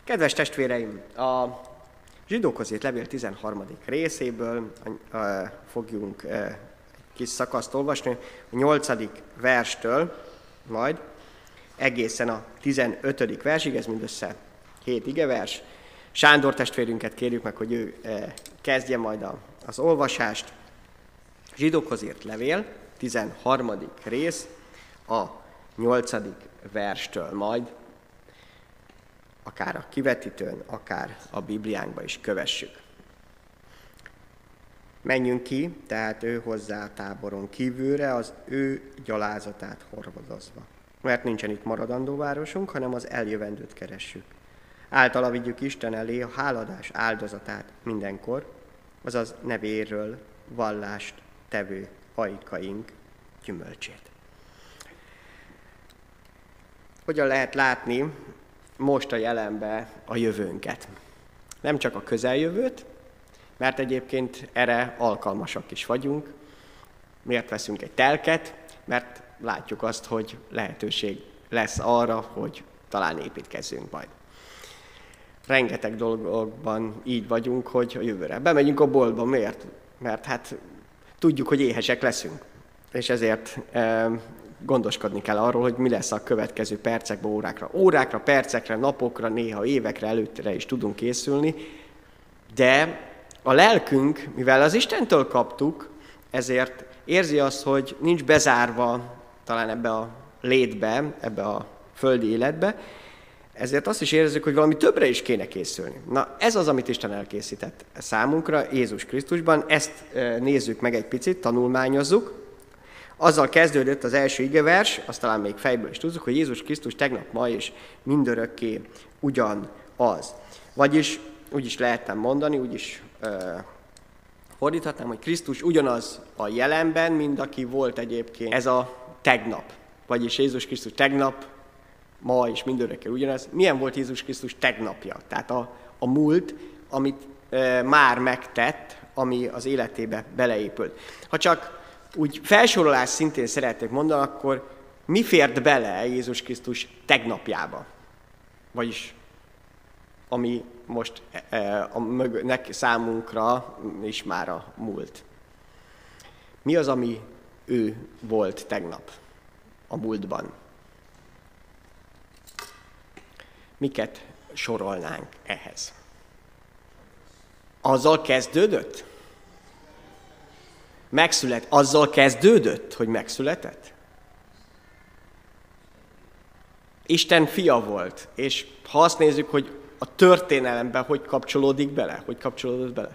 Kedves testvéreim, a Zsidókhoz írt levél 13. részéből fogjunk egy kis szakaszt olvasni, a 8. verstől majd egészen a 15. versig, ez mindössze 7 igevers. Sándor testvérünket kérjük meg, hogy ő kezdje majd az olvasást. Zsidókhoz írt levél, 13. rész, a 8. verstől majd, akár a kivetítőn, akár a Bibliánkba is kövessük. Menjünk ki, tehát ő hozzá a táboron kívülre, az ő gyalázatát hordozva. Mert nincsen itt maradandó városunk, hanem az eljövendőt keressük. Általa vigyük Isten elé a háladás áldozatát mindenkor, azaz nevéről vallást tevő ajkaink gyümölcsét. Hogyan lehet látni most a jelenbe a jövőnket? Nem csak a közeljövőt, mert egyébként erre alkalmasak is vagyunk. Miért veszünk egy telket? Mert látjuk azt, hogy lehetőség lesz arra, hogy talán építkezzünk majd. Rengeteg dologban így vagyunk, hogy a jövőre. Bemegyünk a boltba, miért? Mert hát tudjuk, hogy éhesek leszünk. És ezért gondoskodni kell arról, hogy mi lesz a következő percekben, órákra, percekre, napokra, néha évekre előttre is tudunk készülni. De a lelkünk, mivel az Istentől kaptuk, ezért érzi azt, hogy nincs bezárva talán ebbe a létbe, ebbe a földi életbe, ezért azt is érezzük, hogy valami többre is kéne készülni. Na, ez az, amit Isten elkészített számunkra Jézus Krisztusban. Ezt nézzük meg egy picit, tanulmányozzuk. Azzal kezdődött az első igevers, azt talán még fejből is tudjuk, hogy Jézus Krisztus tegnap, ma és mindörökké ugyanaz. Vagyis úgy is lehetne mondani, úgy is fordíthatnám, hogy Krisztus ugyanaz a jelenben, mint aki volt egyébként ez a tegnap. Vagyis Jézus Krisztus tegnap, ma és mindörökké ugyanaz. Milyen volt Jézus Krisztus tegnapja? Tehát a múlt, amit már megtett, ami az életébe beleépült. Ha csak úgy felsorolás szintén szeretnék mondani, akkor mi fért bele Jézus Krisztus tegnapjába? Vagyis ami most számunkra is már a múlt. Mi az, ami ő volt tegnap a múltban? Miket sorolnánk ehhez? Azzal kezdődött? Azzal kezdődött, hogy megszületett? Isten fia volt, és ha azt nézzük, hogy a történelemben hogy kapcsolódik bele? Hogy kapcsolódott bele?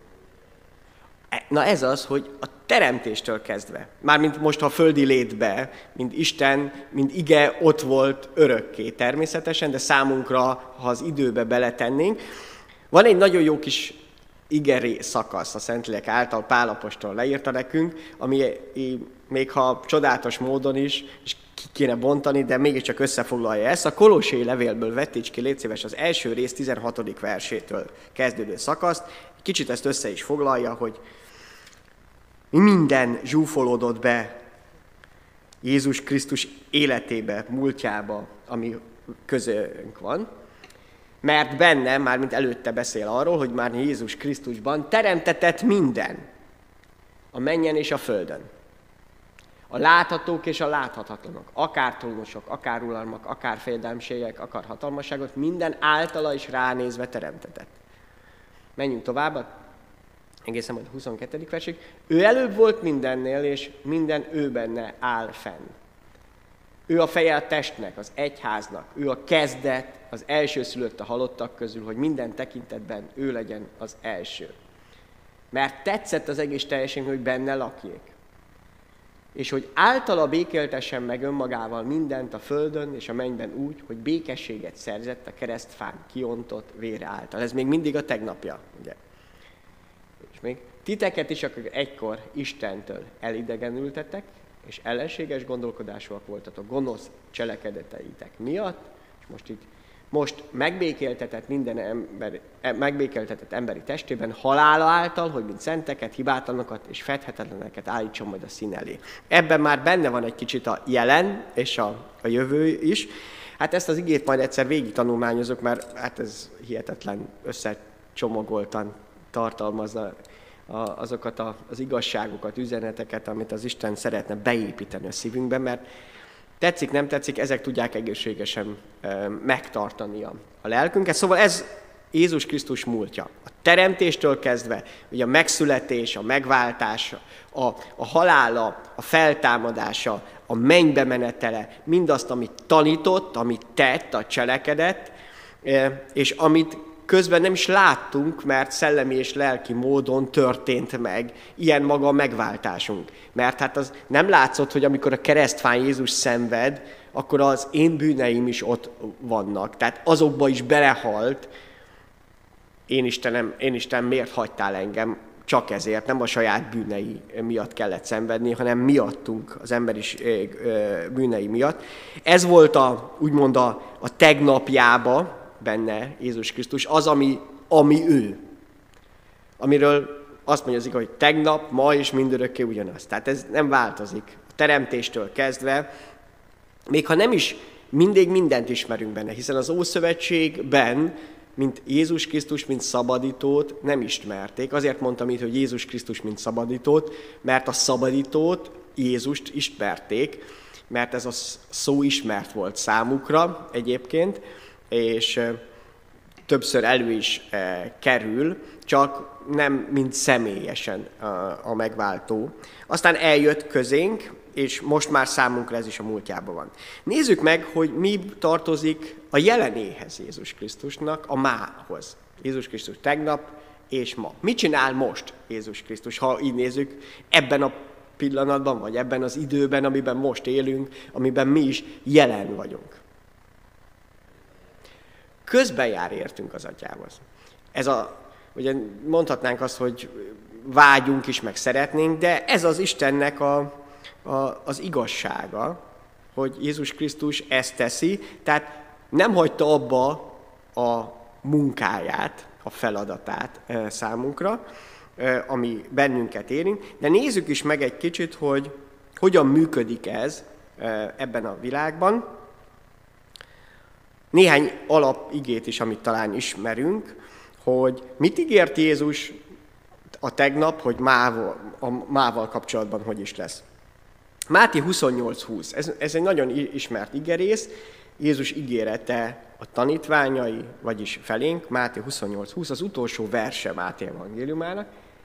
Na ez az, hogy a teremtéstől kezdve, mármint most a földi létbe, mint Isten, mint ige ott volt örökké természetesen, de számunkra, ha az időbe beletennénk, van egy nagyon jó kis ige szakasz, a Szentlélek által Pál apostol leírta nekünk, ami még ha csodálatos módon is, és ki kéne bontani, de mégiscsak összefoglalja ezt. A Kolossé levélből vetíts ki, légy szíves, az első rész 16. versétől kezdődő szakaszt. Kicsit ezt össze is foglalja, hogy minden zsúfolódott be Jézus Krisztus életébe, múltjába, ami közünk van. Mert benne, mármint előtte beszél arról, hogy már Jézus Krisztusban teremtetett minden, a mennyen és a földön. A láthatók és a láthatatlanok, akár trónusok, akár uralmak, akár fejedelmségek, akár hatalmasságot, minden általa is ránézve teremtetett. Menjünk tovább, egészen majd a 22. versig. Ő előbb volt mindennél, és minden ő benne áll fenn. Ő a feje a testnek, az egyháznak, ő a kezdet, az elsőszülött a halottak közül, hogy minden tekintetben ő legyen az első. Mert tetszett az egész teljesen, hogy benne lakjék. És hogy általa békéltessen meg önmagával mindent a földön és a mennyben úgy, hogy békességet szerzett a keresztfán kiontott vére által. Ez még mindig a tegnapja, ugye? És még titeket is, akik egykor Istentől elidegenültetek, és ellenséges gondolkodásúak voltatok gonosz cselekedeteitek miatt, és most megbékéltetett megbékéltetett emberi testében halála által, hogy mint szenteket, hibátlanokat és fedhetetleneket állítson majd a szín elé. Ebben már benne van egy kicsit a jelen és a jövő is. Hát ezt az igét majd egyszer végig tanulmányozok, mert hát ez hihetetlen összecsomagoltan tartalmazza azokat az igazságokat, üzeneteket, amit az Isten szeretne beépíteni a szívünkbe, mert tetszik, nem tetszik, ezek tudják egészségesen megtartani a lelkünket. Szóval ez Jézus Krisztus múltja. A teremtéstől kezdve, ugye a megszületés, a megváltás, a halála, a feltámadása, a mennybe menetele, mindazt, amit tanított, amit tett, a cselekedett, és amit közben nem is láttunk, mert szellemi és lelki módon történt meg ilyen maga a megváltásunk. Mert hát az nem látszott, hogy amikor a keresztfán Jézus szenved, akkor az én bűneim is ott vannak. Tehát azokba is belehalt. Én Isten, miért hagytál engem? Csak ezért, nem a saját bűnei miatt kellett szenvedni, hanem miattunk, az emberiség bűnei miatt. Ez volt úgymond a tegnapjába benne Jézus Krisztus, az, ami ő. Amiről azt mondja az ige, hogy tegnap, ma és mindörökké ugyanaz. Tehát ez nem változik. A teremtéstől kezdve, még ha nem is mindig mindent ismerünk benne, hiszen az Ószövetségben mint Jézus Krisztus, mint szabadítót nem ismerték. Azért mondtam itt, hogy Jézus Krisztus, mint szabadítót, mert a szabadítót, Jézust ismerték, mert ez a szó ismert volt számukra egyébként, és többször elő is kerül, csak nem mint személyesen a megváltó. Aztán eljött közénk, és most már számunkra ez is a múltjában van. Nézzük meg, hogy mi tartozik a jelenéhez Jézus Krisztusnak, a mához. Jézus Krisztus tegnap és ma. Mit csinál most Jézus Krisztus, ha így nézzük, ebben a pillanatban, vagy ebben az időben, amiben most élünk, amiben mi is jelen vagyunk? Közben jár értünk az Atyához. Ugye mondhatnánk azt, hogy vágyunk is, meg szeretnénk, de ez az Istennek az igazsága, hogy Jézus Krisztus ezt teszi, tehát nem hagyta abba a munkáját, a feladatát számunkra, ami bennünket érint, de nézzük is meg egy kicsit, hogy hogyan működik ez ebben a világban. Néhány alapigét is, amit talán ismerünk, hogy mit ígért Jézus a tegnap, hogy mával kapcsolatban hogy is lesz. Máté 28:20, ez egy nagyon ismert igerész, Jézus ígérete a tanítványai, vagyis felénk, Máté 28:20, az utolsó verse Máté evangéliumának,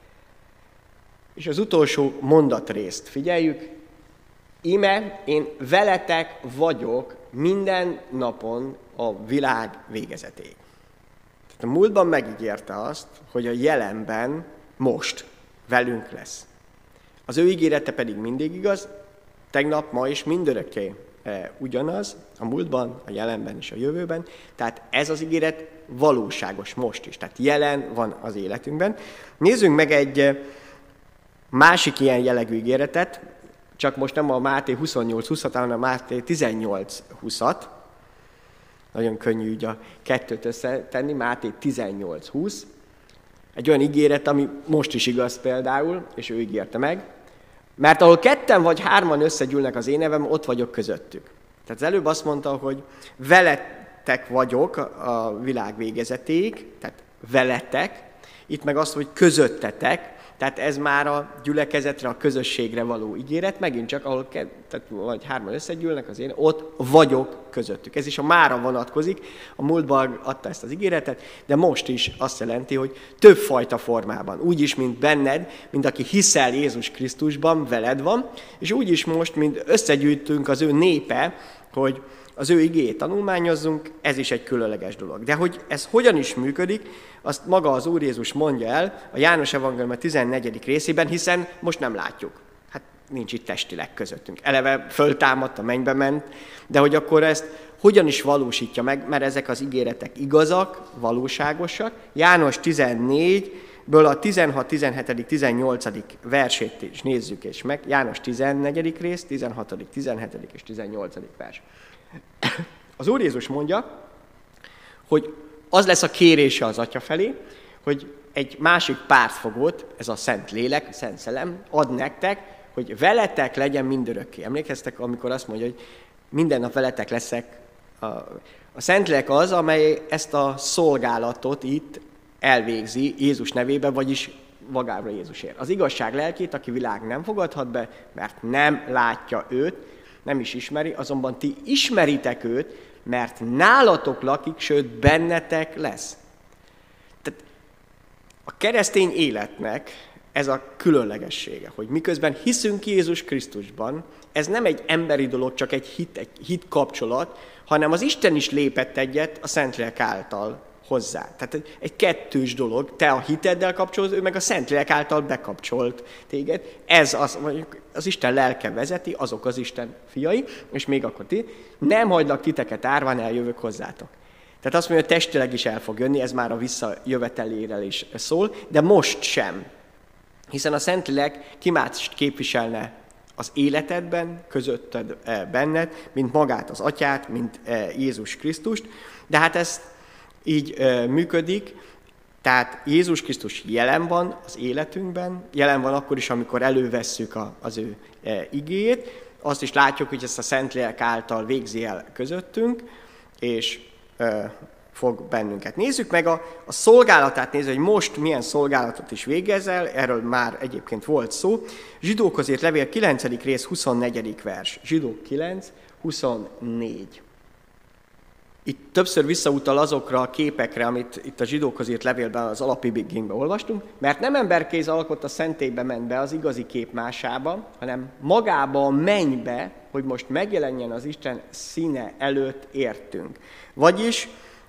és az utolsó mondatrészt figyeljük, íme én veletek vagyok minden napon a világ végezetéig. Tehát a múltban megígérte azt, hogy a jelenben most velünk lesz. Az ő ígérete pedig mindig igaz, tegnap, ma és mindörökké ugyanaz, a múltban, a jelenben és a jövőben. Tehát ez az ígéret valóságos most is, tehát jelen van az életünkben. Nézzünk meg egy másik ilyen jellegű ígéretet, csak most nem a Máté 28:20-at, hanem a Máté 18:20-at. Nagyon könnyű így a kettőt összetenni, Máté 18:20. Egy olyan ígéret, ami most is igaz például, és ő ígérte meg. Mert ahol ketten vagy hárman összegyűlnek az én nevem, ott vagyok közöttük. Tehát az előbb azt mondta, hogy veletek vagyok a világ végezetéig, tehát veletek. Itt meg azt, hogy közöttetek, tehát ez már a gyülekezetre, a közösségre való ígéret, megint csak ahol tehát vagy hárman összegyűlnek az én, ott vagyok közöttük. Ez is a mára vonatkozik, a múltban adta ezt az ígéretet, de most is azt jelenti, hogy többfajta formában. Úgy is, mint benned, mint aki hiszel Jézus Krisztusban, veled van, és úgy is most, mint összegyűjtünk az ő népe, hogy az ő igéjét tanulmányozzunk, ez is egy különleges dolog. De hogy ez hogyan is működik, azt maga az Úr Jézus mondja el a János evangélium 14. részében, hiszen most nem látjuk. Hát nincs itt testileg közöttünk. Eleve föltámadt, a mennybe ment, de hogy akkor ezt hogyan is valósítja meg, mert ezek az ígéretek igazak, valóságosak. János 14-ből a 16, 17, 18. versét is nézzük és meg. János 14. rész, 16., 17. és 18. vers. Az Úr Jézus mondja, hogy az lesz a kérése az Atya felé, hogy egy másik pártfogót, ez a Szent Lélek, a Szent Szellem ad nektek, hogy veletek legyen mindörökké. Emlékeztek, amikor azt mondja, hogy minden nap veletek leszek A Szentlélek az, amely ezt a szolgálatot itt elvégzi Jézus nevében, vagyis magára Jézusért. Az igazság lelkét, aki világ nem fogadhat be, mert nem látja őt, nem is ismeri, azonban ti ismeritek őt, mert nálatok lakik, sőt bennetek lesz. Tehát a keresztény életnek ez a különlegessége, hogy miközben hiszünk Jézus Krisztusban, ez nem egy emberi dolog, csak egy hit kapcsolat, hanem az Isten is lépett egyet a Szentlélek által hozzá. Tehát egy kettős dolog, te a hiteddel kapcsolod, ő meg a Szentlélek által bekapcsolt téged. Ez az Isten lelke vezeti, azok az Isten fiai, és még akkor ti, nem hagylak titeket árván, eljövök hozzátok. Tehát azt mondja, hogy testileg is el fog jönni, ez már a visszajöveteléről is szól, de most sem. Hiszen a Szentlélek ki mást képviselne az életedben, közötted benned, mint magát az Atyát, mint Jézus Krisztust. De hát ez így működik, tehát Jézus Krisztus jelen van az életünkben, jelen van akkor is, amikor elővesszük az ő igéjét. Azt is látjuk, hogy ezt a Szentlélek által végzi el közöttünk, és fog bennünket. Nézzük meg a szolgálatát, hogy most milyen szolgálatot is végezel, erről már egyébként volt szó. Zsidókhoz írt levél 9. rész 24. vers. Zsidók 9, 24. Itt többször visszautal azokra a képekre, amit itt a Zsidókhoz írt levélben, az alapigényben olvastunk, mert nem emberkéz alkotta szentélybe ment be az igazi képmásába, hanem magába a mennybe, hogy most megjelenjen az Isten színe előtt értünk. Vagyis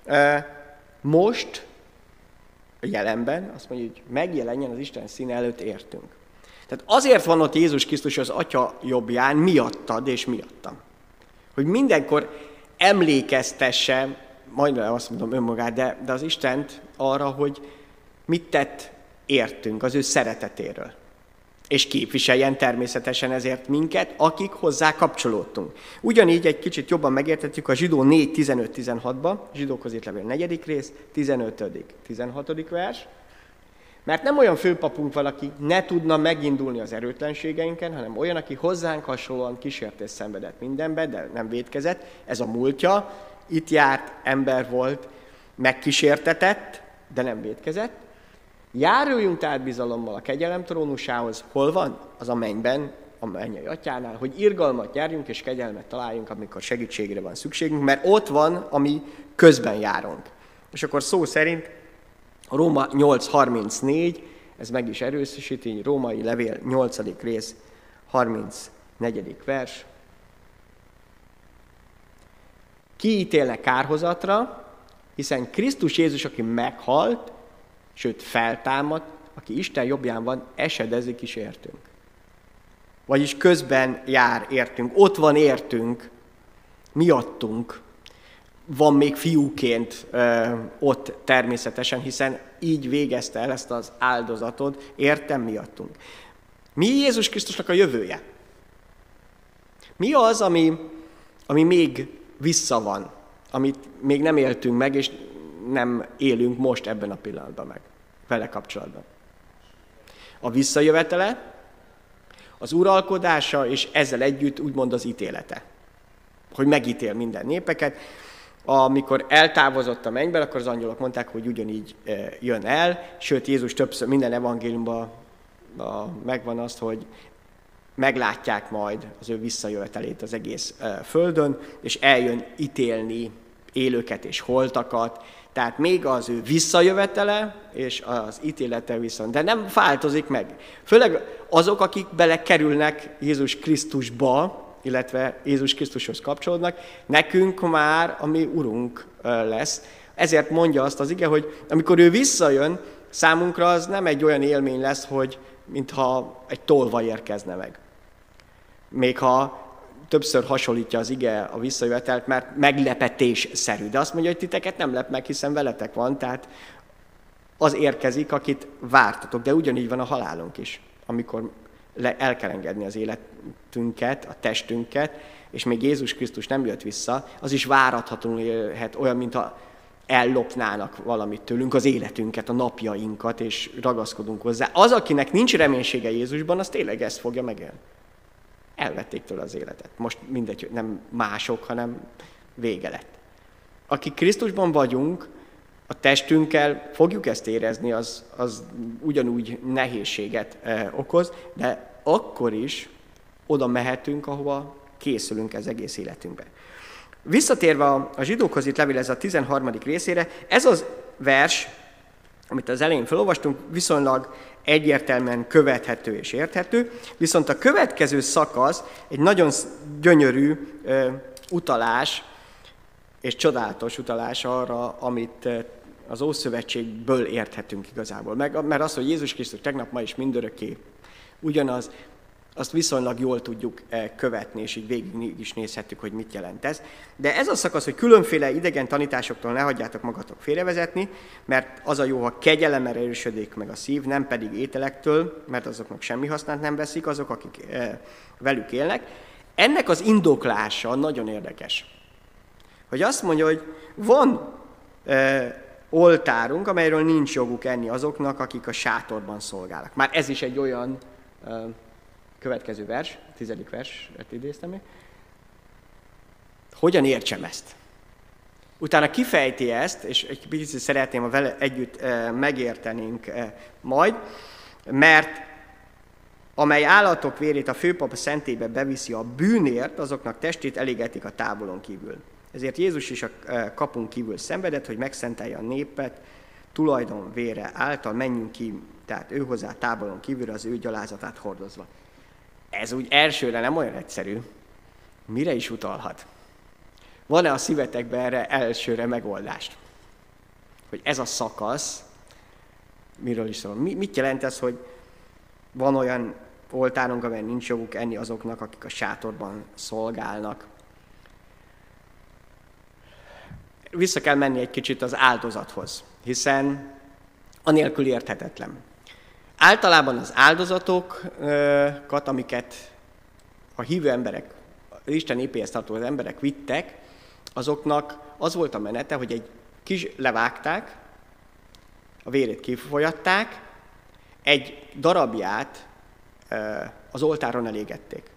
most, a jelenben, azt mondja, hogy megjelenjen az Isten színe előtt értünk. Tehát azért van ott Jézus Krisztus az Atya jobbján, miattad és miattam. Hogy mindenkor emlékeztesse, majdnem azt mondom önmagát, de az Istent arra, hogy mit tett értünk, az ő szeretetéről. És képviseljen természetesen ezért minket, akik hozzá kapcsolódtunk. Ugyanígy egy kicsit jobban megértetjük a Zsidó 4, 15-16-ba, Zsidókhoz írt levél 4. rész, 15. 16. vers. Mert nem olyan főpapunk van, aki ne tudna megindulni az erőtlenségeinken, hanem olyan, aki hozzánk hasonlóan kísértés szenvedett mindenben, de nem vétkezett. Ez a múltja, itt járt, ember volt, megkísértetett, de nem vétkezett. Járuljunk tehát bizalommal a kegyelem trónusához. Hol van? Az a mennyben, a mennyei Atyánál, hogy irgalmat járjunk és kegyelmet találjunk, amikor segítségre van szükségünk, mert ott van, ami közben járunk. És akkor szó szerint a Róma 8.34, ez meg is erősíti, Római levél 8. rész, 34. vers. Ki ítélne kárhozatra, hiszen Krisztus Jézus, aki meghalt, sőt feltámad, aki Isten jobbján van, esedezik is értünk. Vagyis közben jár értünk, ott van értünk, miattunk, van még fiúként ott természetesen, hiszen így végezte el ezt az áldozatot, értem miattunk. Mi Jézus Krisztusnak a jövője? Mi az, ami még vissza van, amit még nem éltünk meg, és nem élünk most ebben a pillanatban meg, vele kapcsolatban? A visszajövetele, az uralkodása, és ezzel együtt úgymond az ítélete. Hogy megítél minden népeket. Amikor eltávozott a mennybe, akkor az angyalok mondták, hogy ugyanígy jön el, sőt Jézus többször minden evangéliumban megvan azt, hogy meglátják majd az ő visszajövetelét az egész földön, és eljön ítélni élőket és holtakat. Tehát még az ő visszajövetele és az ítélete viszont. De nem változik meg. Főleg azok, akik belekerülnek Jézus Krisztusba, illetve Jézus Krisztushoz kapcsolódnak, nekünk már a mi Urunk lesz. Ezért mondja azt az ige, hogy amikor ő visszajön, számunkra az nem egy olyan élmény lesz, hogy mintha egy tolvaj érkezne meg. Még ha többször hasonlítja az ige a visszajövetelt, mert meglepetésszerű. De azt mondja, hogy titeket nem lep meg, hiszen veletek van, tehát az érkezik, akit vártatok. De ugyanígy van a halálunk is, amikor el kell engedni az életünket, a testünket, és még Jézus Krisztus nem jött vissza, az is várathatóan élhet, olyan, mintha ellopnának valamit tőlünk, az életünket, a napjainkat, és ragaszkodunk hozzá. Az, akinek nincs reménysége Jézusban, az tényleg ezt fogja megélni. Elvették tőle az életet. Most mindegy, nem mások, hanem vége lett. akik Krisztusban vagyunk, a testünkkel fogjuk ezt érezni, az ugyanúgy nehézséget okoz, de akkor is oda mehetünk, ahova készülünk ez egész életünkben. Visszatérve a zsidókhoz itt levél, ez a 13. részére, ez az vers, amit az elején felolvastunk, viszonylag egyértelműen követhető és érthető, viszont a következő szakasz egy nagyon gyönyörű utalás, és csodálatos utalás arra, amit az Ószövetségből érthetünk igazából. Mert az, hogy Jézus Krisztus tegnap, ma és mindörökké ugyanaz, azt viszonylag jól tudjuk követni, és így végig is nézhettük, hogy mit jelent ez. De ez a szakasz, hogy különféle idegen tanításoktól ne hagyjátok magatok félrevezetni, mert az a jó, ha kegyelemmel erősödik meg a szív, nem pedig ételektől, mert azoknak semmi hasznát nem veszik, azok, akik velük élnek. Ennek az indoklása nagyon érdekes. Hogy azt mondja, hogy van oltárunk, amelyről nincs joguk enni azoknak, akik a sátorban szolgálnak. Már ez is egy olyan következő vers, 10. verset idéztem még. Hogyan értsem ezt? Utána kifejti ezt, és egy picit szeretném, ha vele együtt megértenénk majd, mert amely állatok vérét a főpap a szentélybe beviszi a bűnért, azoknak testét elégetik a tábolon kívül. Ezért Jézus is a kapun kívül szenvedett, hogy megszentelje a népet, tulajdon vére által menjünk ki, tehát ő hozzá tábolon kívül az ő gyalázatát hordozva. Ez úgy elsőre nem olyan egyszerű. Mire is utalhat? Van-e a szívetekben erre elsőre megoldást? Hogy ez a szakasz, miről is szól? Mit jelent ez, hogy van olyan oltárunk, amelyen nincs joguk enni azoknak, akik a sátorban szolgálnak? Vissza kell menni egy kicsit az áldozathoz, hiszen anélkül érthetetlen. Általában az áldozatokat, amiket a hívő emberek, az Isten népéhez tartozó emberek vittek, azoknak az volt a menete, hogy egy kis levágták, a vérét kifolyatták, egy darabját az oltáron elégették.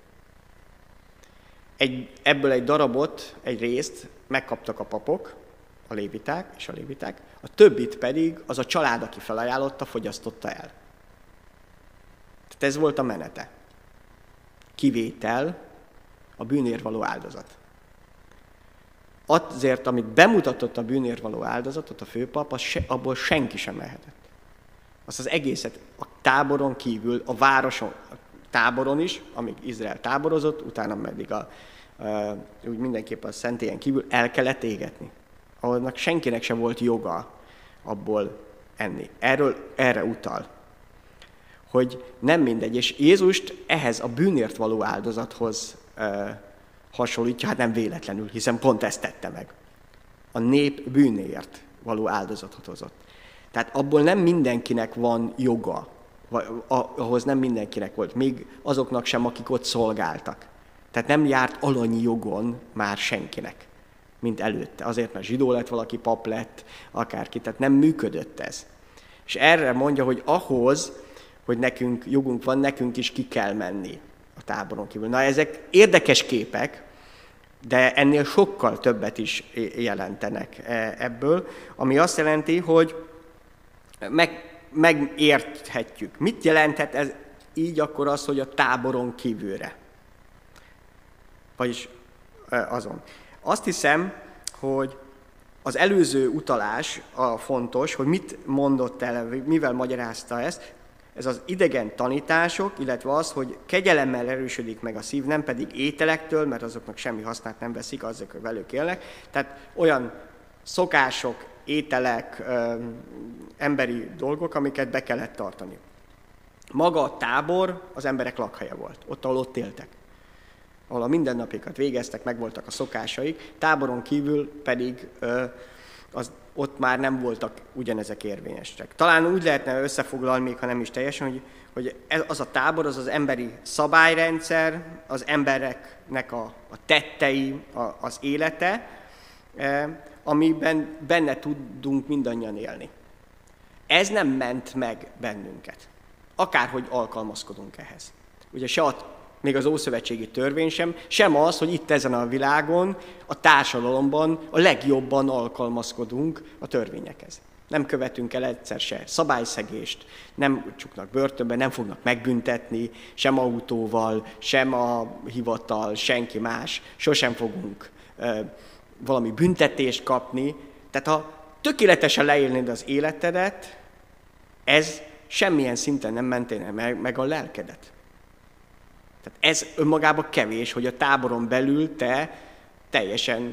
Ebből egy darabot, egy részt megkaptak a papok, a léviták, a többit pedig az a család, aki felajánlotta, fogyasztotta el. Tehát ez volt a menete. Kivétel, a bűnért való áldozat. Azért, amit bemutatott a bűnért való áldozatot a főpap, abból senki sem ehetett. Azt az egészet a táboron kívül, a városon, a táboron is, amíg Izrael táborozott, utána pedig úgy mindenképp a szentélyen kívül el kellett égetni. Ahonnak senkinek sem volt joga abból enni. Erre utal. Hogy nem mindegy, és Jézust ehhez a bűnért való áldozathoz hasonlítja, hát nem véletlenül, hiszen pont ezt tette meg. A nép bűnéért való áldozatot hozott. Tehát abból nem mindenkinek van joga, ahhoz nem mindenkinek volt, még azoknak sem, akik ott szolgáltak. Tehát nem járt alanyi jogon már senkinek, mint előtte. Azért, mert zsidó lett valaki, pap lett, akárki, tehát nem működött ez. És erre mondja, hogy ahhoz, hogy nekünk jogunk van, nekünk is ki kell menni a táboron kívül. Na, ezek érdekes képek, de ennél sokkal többet is jelentenek ebből, ami azt jelenti, hogy megérthetjük. Mit jelenthet ez így akkor az, hogy a táboron kívülre? Vagyis azon. Azt hiszem, hogy az előző utalás a fontos, hogy mit mondott el, mivel magyarázta ezt. Ez az idegen tanítások, illetve az, hogy kegyelemmel erősödik meg a szív, nem pedig ételektől, mert azoknak semmi hasznát nem veszik, azok velük élnek. Tehát olyan szokások, ételek, emberi dolgok, amiket be kellett tartani. Maga a tábor az emberek lakhelye volt, ahol ott éltek. Ahol a mindennapjukat végeztek, megvoltak a szokásaik, táboron kívül pedig ott már nem voltak ugyanezek érvényesek. Talán úgy lehetne összefoglalni, még ha nem is teljesen, hogy az a tábor, az emberi szabályrendszer, az embereknek a tettei, az élete, amiben benne tudunk mindannyian élni. Ez nem ment meg bennünket. Akárhogy alkalmazkodunk ehhez. Ugye se a még az ószövetségi törvény sem az, hogy itt ezen a világon, a társadalomban a legjobban alkalmazkodunk a törvényekhez. Nem követünk el egyszer se szabályszegést, nem csuknak börtönbe, nem fognak megbüntetni, sem autóval, sem a hivatal, senki más, sosem fogunk valami büntetést kapni. Tehát ha tökéletesen leélnéd az életedet, ez semmilyen szinten nem menténe meg a lelkedet. Tehát ez önmagában kevés, hogy a táboron belül te teljesen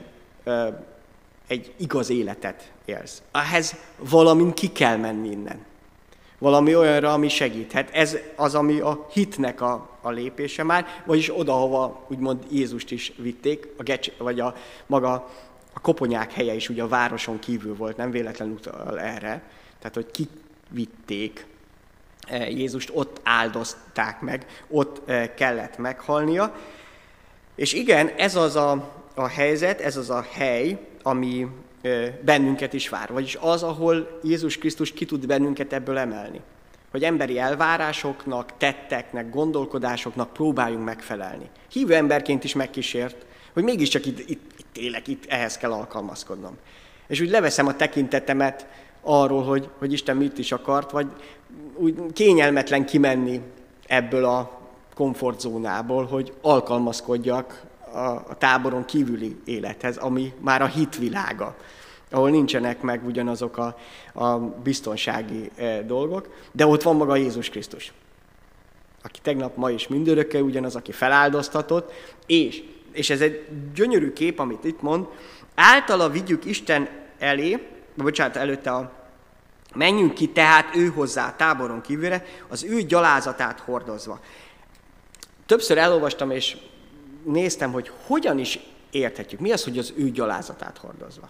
egy igaz életet élsz. Ehhez valamin ki kell menni innen. Valami olyanra, ami segíthet. Ez az, ami a hitnek a lépése már, vagyis oda, hova úgymond Jézust is vitték, vagy maga a koponyák helye is ugye a városon kívül volt, nem véletlenül utal erre. Tehát, hogy kivitték Jézust, ott áldozták meg, ott kellett meghalnia. És igen, ez az a helyzet, ez az a hely, ami bennünket is vár. Vagyis az, ahol Jézus Krisztus ki tud bennünket ebből emelni. Hogy emberi elvárásoknak, tetteknek, gondolkodásoknak próbáljunk megfelelni. Hívő emberként is megkísért, hogy mégiscsak itt élek, itt ehhez kell alkalmazkodnom. És úgy leveszem a tekintetemet arról, hogy Isten mit is akart, vagy úgy kényelmetlen kimenni ebből a komfortzónából, hogy alkalmazkodjak a táboron kívüli élethez, ami már a hitvilága, ahol nincsenek meg ugyanazok a biztonsági dolgok, de ott van maga Jézus Krisztus, aki tegnap, ma és mindörökké ugyanaz, aki feláldoztatott, és ez egy gyönyörű kép, amit itt mond, általa vigyük Isten elé, előtte menjünk ki tehát ő hozzá a táboron kívülre, az ő gyalázatát hordozva. Többször elolvastam, és néztem, hogy hogyan is érthetjük. Mi az, hogy az ő gyalázatát hordozva?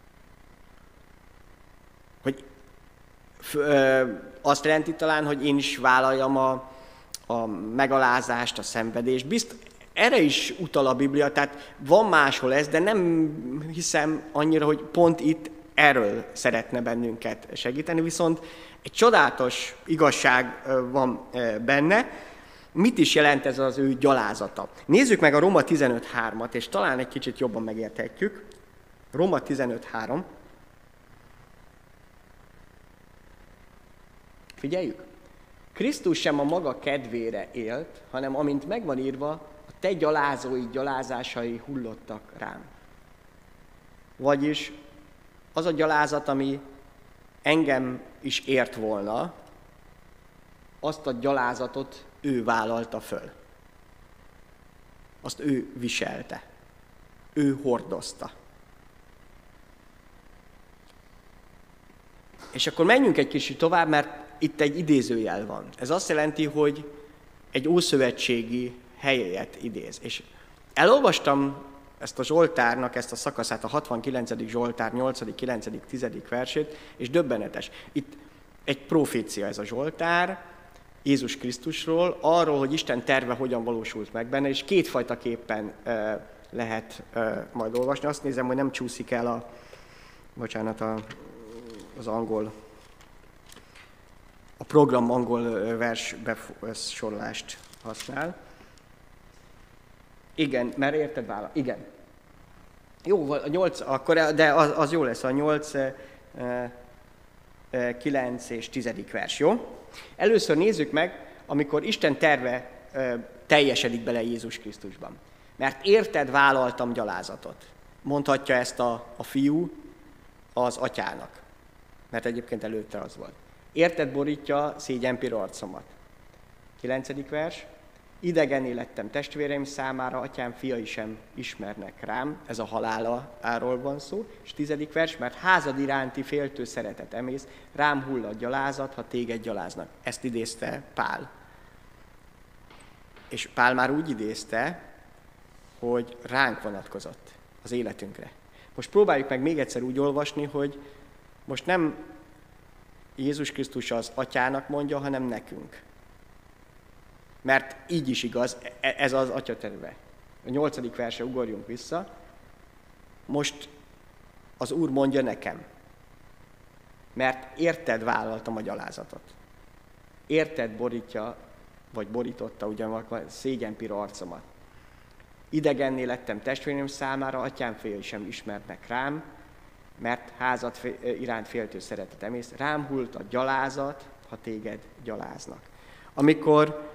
Hogy azt jelenti talán, hogy én is vállaljam a megalázást, a szenvedést. Erre is utal a Biblia, tehát van máshol ez, de nem hiszem annyira, hogy pont itt erről szeretne bennünket segíteni, viszont egy csodálatos igazság van benne. Mit is jelent ez az ő gyalázata? Nézzük meg a Róma 15.3-at, és talán egy kicsit jobban megérthetjük. Róma 15.3. Figyeljük! Krisztus sem a maga kedvére élt, hanem amint megvan írva, a te gyalázói gyalázásai hullottak rám. Vagyis az a gyalázat, ami engem is ért volna, azt a gyalázatot ő vállalta föl. Azt ő viselte. Ő hordozta. És akkor menjünk egy kicsit tovább, mert itt egy idézőjel van. Ez azt jelenti, hogy egy ószövetségi helyet idéz. És elolvastam ezt a Zsoltárnak, ezt a szakaszát, a 69. Zsoltár 8., 9., 10. versét, és döbbenetes. Itt egy profécia ez a Zsoltár, Jézus Krisztusról, arról, hogy Isten terve hogyan valósult meg benne, és kétfajta képpen lehet majd olvasni. Azt nézem, hogy nem csúszik el az angol, a program angol vers besorolást használ. Igen, mert érted vála? Igen. Jó, a 8, akkor, de az jó lesz, a 8, 9 és 10. vers, jó? Először nézzük meg, amikor Isten terve teljesedik bele Jézus Krisztusban. Mert érted vállaltam gyalázatot. Mondhatja ezt a fiú az atyának. Mert egyébként előtte az volt. Érted borítja szégyenpir arcomat. 9. vers. Idegenné lettem testvéreim számára, atyám fiai sem ismernek rám, ez a haláláról van szó. És 10. vers, mert házad iránti féltő szeretet emész, rám hull a gyalázat, ha téged gyaláznak. Ezt idézte Pál. És Pál már úgy idézte, hogy ránk vonatkozott az életünkre. Most próbáljuk meg még egyszer úgy olvasni, hogy most nem Jézus Krisztus az atyának mondja, hanem nekünk. Mert így is igaz, ez az atya terve. A 8. verse ugorjunk vissza. Most az Úr mondja nekem. Mert érted vállaltam a gyalázatot. Érted vagy borította ugyan szégyenpir arcomat. Idegenné lettem testvéreim számára, atyám fiai sem ismernek rám, mert házat iránt féltő szeretet ész. Rám hult a gyalázat, ha téged gyaláznak. Amikor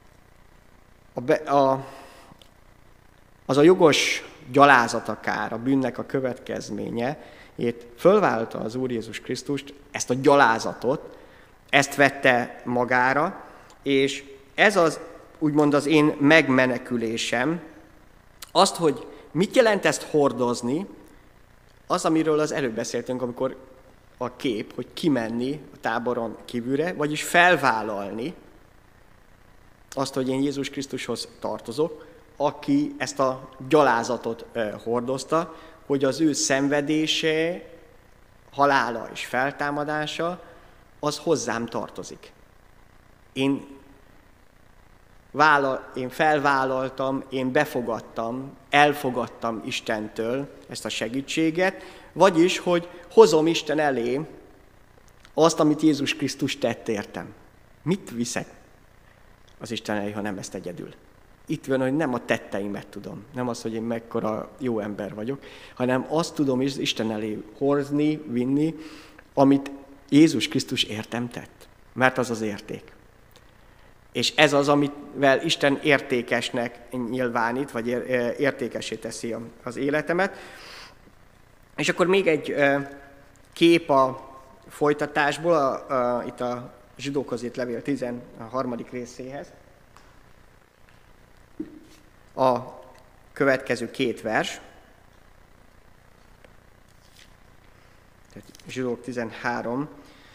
az a jogos gyalázat akár, a bűnnek a következménye, fölvállalta az Úr Jézus Krisztust, ezt a gyalázatot, ezt vette magára, és ez az, úgymond az én megmenekülésem. Azt, hogy mit jelent ezt hordozni, az, amiről az előbb beszéltünk, amikor a kép, hogy kimenni a táboron kívülre, vagyis felvállalni azt, hogy én Jézus Krisztushoz tartozok, aki ezt a gyalázatot hordozta, hogy az ő szenvedése, halála és feltámadása, az hozzám tartozik. Én felvállaltam, én befogadtam, elfogadtam Istentől ezt a segítséget, vagyis, hogy hozom Isten elé azt, amit Jézus Krisztus tett értem. Mit viszek az Isten elé, ha nem ezt egyedül? Itt van, hogy nem a tetteimet tudom, nem az, hogy én mekkora jó ember vagyok, hanem azt tudom is Isten elé hozni, vinni, amit Jézus Krisztus értem tett. Mert az az érték. És ez az, amivel Isten értékesnek nyilvánít, vagy értékessé teszi az életemet. És akkor még egy kép a folytatásból, itt a Zsidókhoz írt levél 13. részéhez. A következő két vers. Tehát Zsidók 13,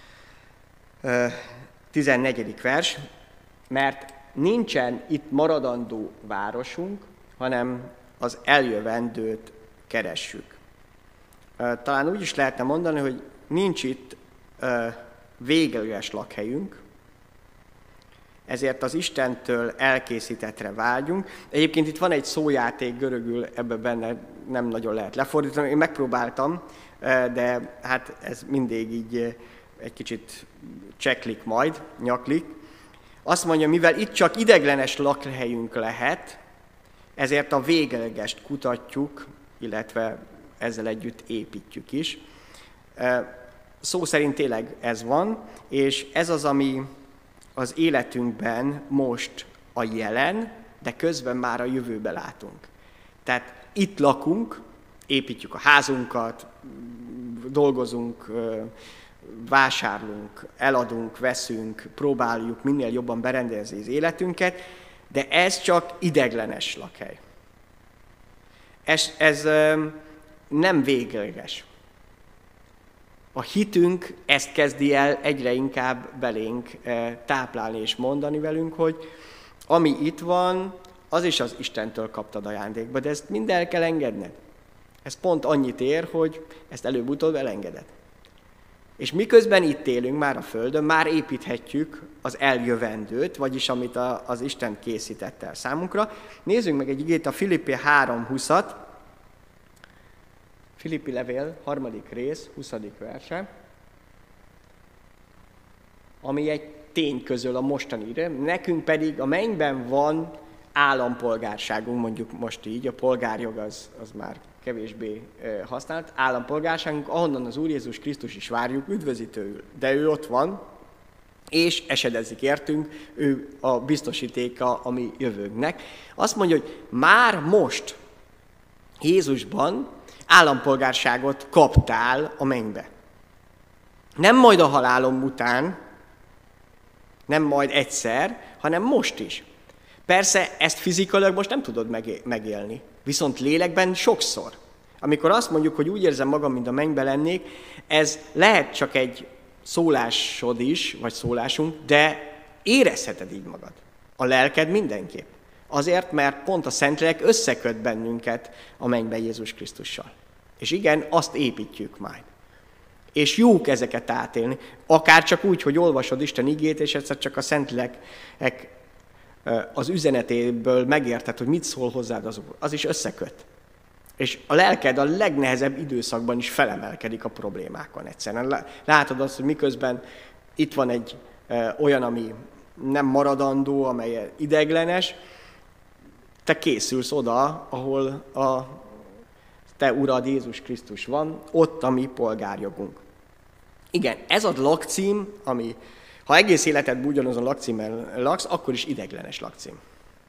14. vers. Mert nincsen itt maradandó városunk, hanem az eljövendőt keressük. Talán úgy is lehetne mondani, hogy nincs itt végleges lakhelyünk, ezért az Istentől elkészítettre vágyunk. Egyébként itt van egy szójáték görögül, ebben benne nem nagyon lehet lefordítani. Én megpróbáltam, de hát ez mindig így egy kicsit cseklik majd, nyaklik. Azt mondja, mivel itt csak ideiglenes lakhelyünk lehet, ezért a véglegest kutatjuk, illetve ezzel együtt építjük is. Szó szerint tényleg ez van, és ez az, ami az életünkben most a jelen, de közben már a jövőbe látunk. Tehát itt lakunk, építjük a házunkat, dolgozunk, vásárlunk, eladunk, veszünk, próbáljuk minél jobban berendezni az életünket, de ez csak ideiglenes lakhely. Ez nem végleges. A hitünk ezt kezdi el egyre inkább belénk táplálni és mondani velünk, hogy ami itt van, az is az Istentől kaptad ajándékba, de ezt mind el kell engedned. Ez pont annyit ér, hogy ezt előbb-utóbb elengeded. És miközben itt élünk már a Földön, már építhetjük az eljövendőt, vagyis amit az Isten készített el számunkra. Nézzünk meg egy igét, a Filippi 3:20-at. Filippi levél, 3. rész, 20. verse, ami egy tény közöl a mostanire, nekünk pedig a mennyben van állampolgárságunk, mondjuk most így, a polgárjog az már kevésbé használt, állampolgárságunk, ahonnan az Úr Jézus Krisztus is várjuk üdvözítőül. De ő ott van, és esedezik értünk, ő a biztosítéka a mi jövőnknek. Azt mondja, hogy már most Jézusban állampolgárságot kaptál a mennybe. Nem majd a halálom után, nem majd egyszer, hanem most is. Persze ezt fizikailag most nem tudod megélni, viszont lélekben sokszor. Amikor azt mondjuk, hogy úgy érzem magam, mint a mennybe lennék, ez lehet csak egy szólásod is, vagy szólásunk, de érezheted így magad. A lelked mindenképp. Azért, mert pont a Szentlélek összeköt bennünket a mennybe Jézus Krisztussal. És igen, azt építjük majd. És jók ezeket átélni. Akár csak úgy, hogy olvasod Isten igét, és egyszer csak a Szentlélek az üzenetéből megérted, hogy mit szól hozzád az is összeköt. És a lelked a legnehezebb időszakban is felemelkedik a problémákon egyszerűen. Látod azt, hogy miközben itt van egy olyan, ami nem maradandó, amely ideiglenes, te készülsz oda, ahol a te Urad Jézus Krisztus van, ott a mi polgárjogunk. Igen, ez a lakcím, ami, ha egész életedben ugyanazon lakcímmel laksz, akkor is ideiglenes lakcím.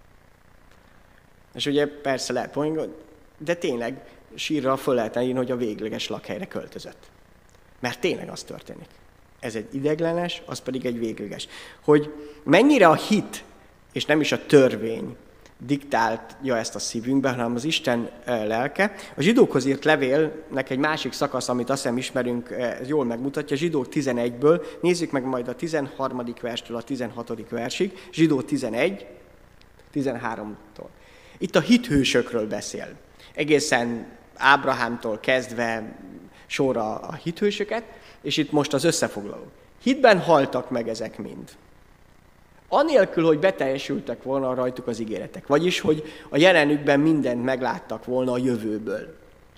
És ugye persze lehet mondani, de tényleg sírra föl lehet írni, hogy a végleges lakhelyre költözött. Mert tényleg az történik. Ez egy ideiglenes, az pedig egy végleges. Hogy mennyire a hit, és nem is a törvény diktálja ezt a szívünkbe, hanem az Isten lelke. A zsidókhoz írt levélnek egy másik szakasz, amit azt hiszem ismerünk, ez jól megmutatja, Zsidók 11-ből, nézzük meg majd a 13. verstől a 16. versig, Zsidó 11, 13-tól. Itt a hithősökről beszél. Egészen Ábrahámtól kezdve sorra a hithősöket, és itt most az összefoglaló. Hitben haltak meg ezek mind. Anélkül, hogy beteljesültek volna rajtuk az ígéretek. Vagyis, hogy a jelenükben mindent megláttak volna a jövőből.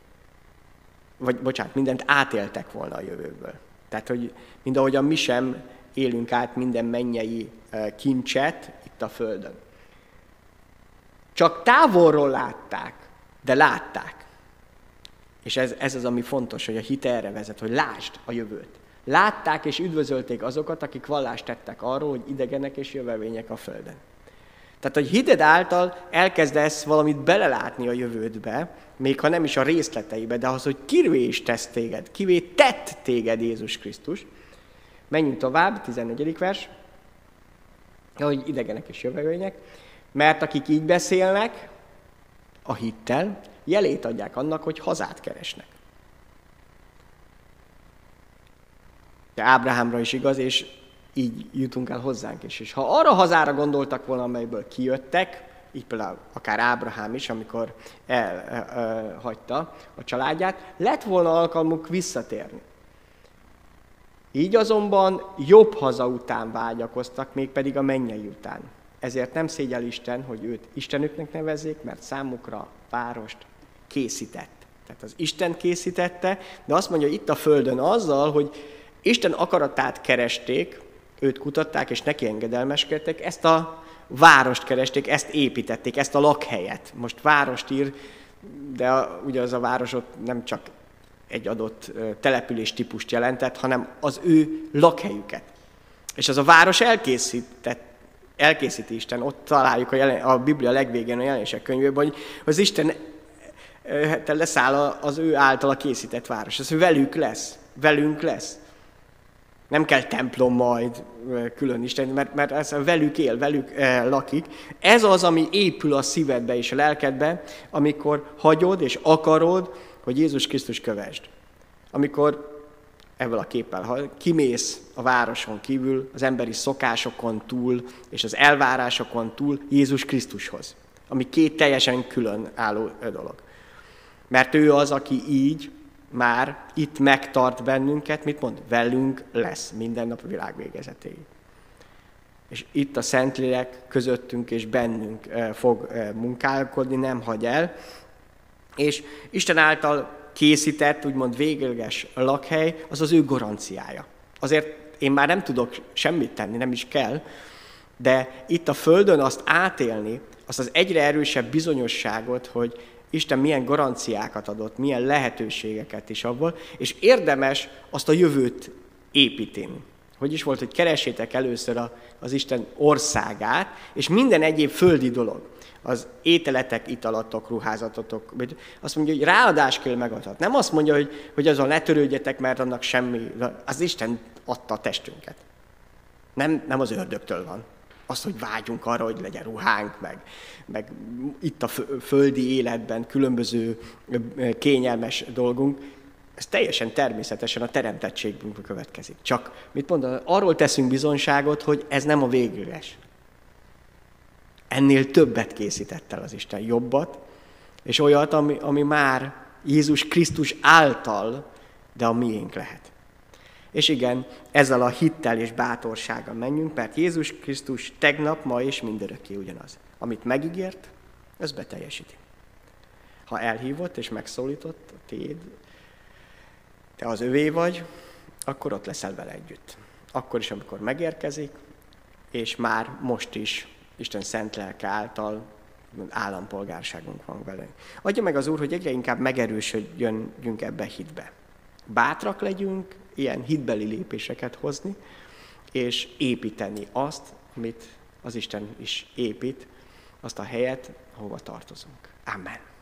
Mindent átéltek volna a jövőből. Tehát, hogy mindahogyan mi sem élünk át minden mennyei kincset itt a földön. Csak távolról látták, de látták. És ez az, ami fontos, hogy a hit erre vezet, hogy lásd a jövőt. Látták és üdvözölték azokat, akik vallást tettek arról, hogy idegenek és jövevények a földön. Tehát, hogy hited által elkezdesz valamit belelátni a jövődbe, még ha nem is a részleteibe, de az, hogy kivé is tesz téged, kivé tett téged Jézus Krisztus. Menjünk tovább, 14. vers, hogy idegenek és jövevények, mert akik így beszélnek, a hittel, jelét adják annak, hogy hazát keresnek. De Ábrahámra is igaz, és így jutunk el hozzánk is. És ha arra hazára gondoltak volna, amelyből kijöttek, így például akár Ábrahám is, amikor elhagyta a családját, lett volna alkalmuk visszatérni. Így azonban jobb haza után vágyakoztak, mégpedig a mennyei után. Ezért nem szégyel Isten, hogy őt Istenüknek nevezzék, mert számukra várost készített. Tehát az Isten készítette, de azt mondja itt a földön azzal, hogy Isten akaratát keresték, őt kutatták és neki engedelmeskedtek, ezt a várost keresték, ezt építették, ezt a lakhelyet. Most várost ír, de ugye az a város ott nem csak egy adott település típust jelentett, hanem az ő lakhelyüket. És az a város elkészíti Isten, ott találjuk a Biblia legvégén a Jelenések könyvében, hogy az Isten leszáll az ő általa készített város. Az, hogy velünk lesz. Nem kell templom majd külön Isten, mert ez velük él, velük lakik. Ez az, ami épül a szívedbe és a lelkedbe, amikor hagyod és akarod, hogy Jézus Krisztus kövesd. Amikor ebből a képpel kimész a városon kívül, az emberi szokásokon túl és az elvárásokon túl Jézus Krisztushoz, ami két teljesen külön álló dolog. Mert ő az, aki így már itt megtart bennünket, mit mond? Velünk lesz minden nap a világ végezetéig. És itt a Szentlélek közöttünk és bennünk fog munkálkodni, nem hagy el. És Isten által készített, úgymond végleges lakhely, az az ő garanciája. Azért én már nem tudok semmit tenni, nem is kell, de itt a Földön azt átélni, azt az egyre erősebb bizonyosságot, hogy Isten milyen garanciákat adott, milyen lehetőségeket is abból, és érdemes azt a jövőt építeni. Hogy is volt, hogy keressétek először az Isten országát, és minden egyéb földi dolog, az ételetek, italatok, ruházatotok, azt mondja, hogy ráadást kell megadhat. Nem azt mondja, hogy azon ne törődjetek, mert annak semmi, az Isten adta a testünket. Nem az ördögtől van. Az, hogy vágyunk arra, hogy legyen ruhánk, meg itt a földi életben különböző kényelmes dolgunk, ez teljesen természetesen a teremtettségünkből következik. Csak, mit mondom, arról teszünk bizonyságot, hogy ez nem a végleges. Ennél többet készített el az Isten, jobbat, és olyat, ami már Jézus Krisztus által, de a miénk lehet. És igen, ezzel a hittel és bátorsággal menjünk, mert Jézus Krisztus tegnap, ma és mindörökké ugyanaz. Amit megígért, ez beteljesíti. Ha elhívott és megszólított, te az övé vagy, akkor ott leszel vele együtt. Akkor is, amikor megérkezik, és már most is Isten szent lelke által állampolgárságunk van velünk. Adja meg az Úr, hogy egyre inkább megerősödjünk ebbe a hitbe. Bátrak legyünk, ilyen hitbeli lépéseket hozni, és építeni azt, amit az Isten is épít, azt a helyet, ahova tartozunk. Amen.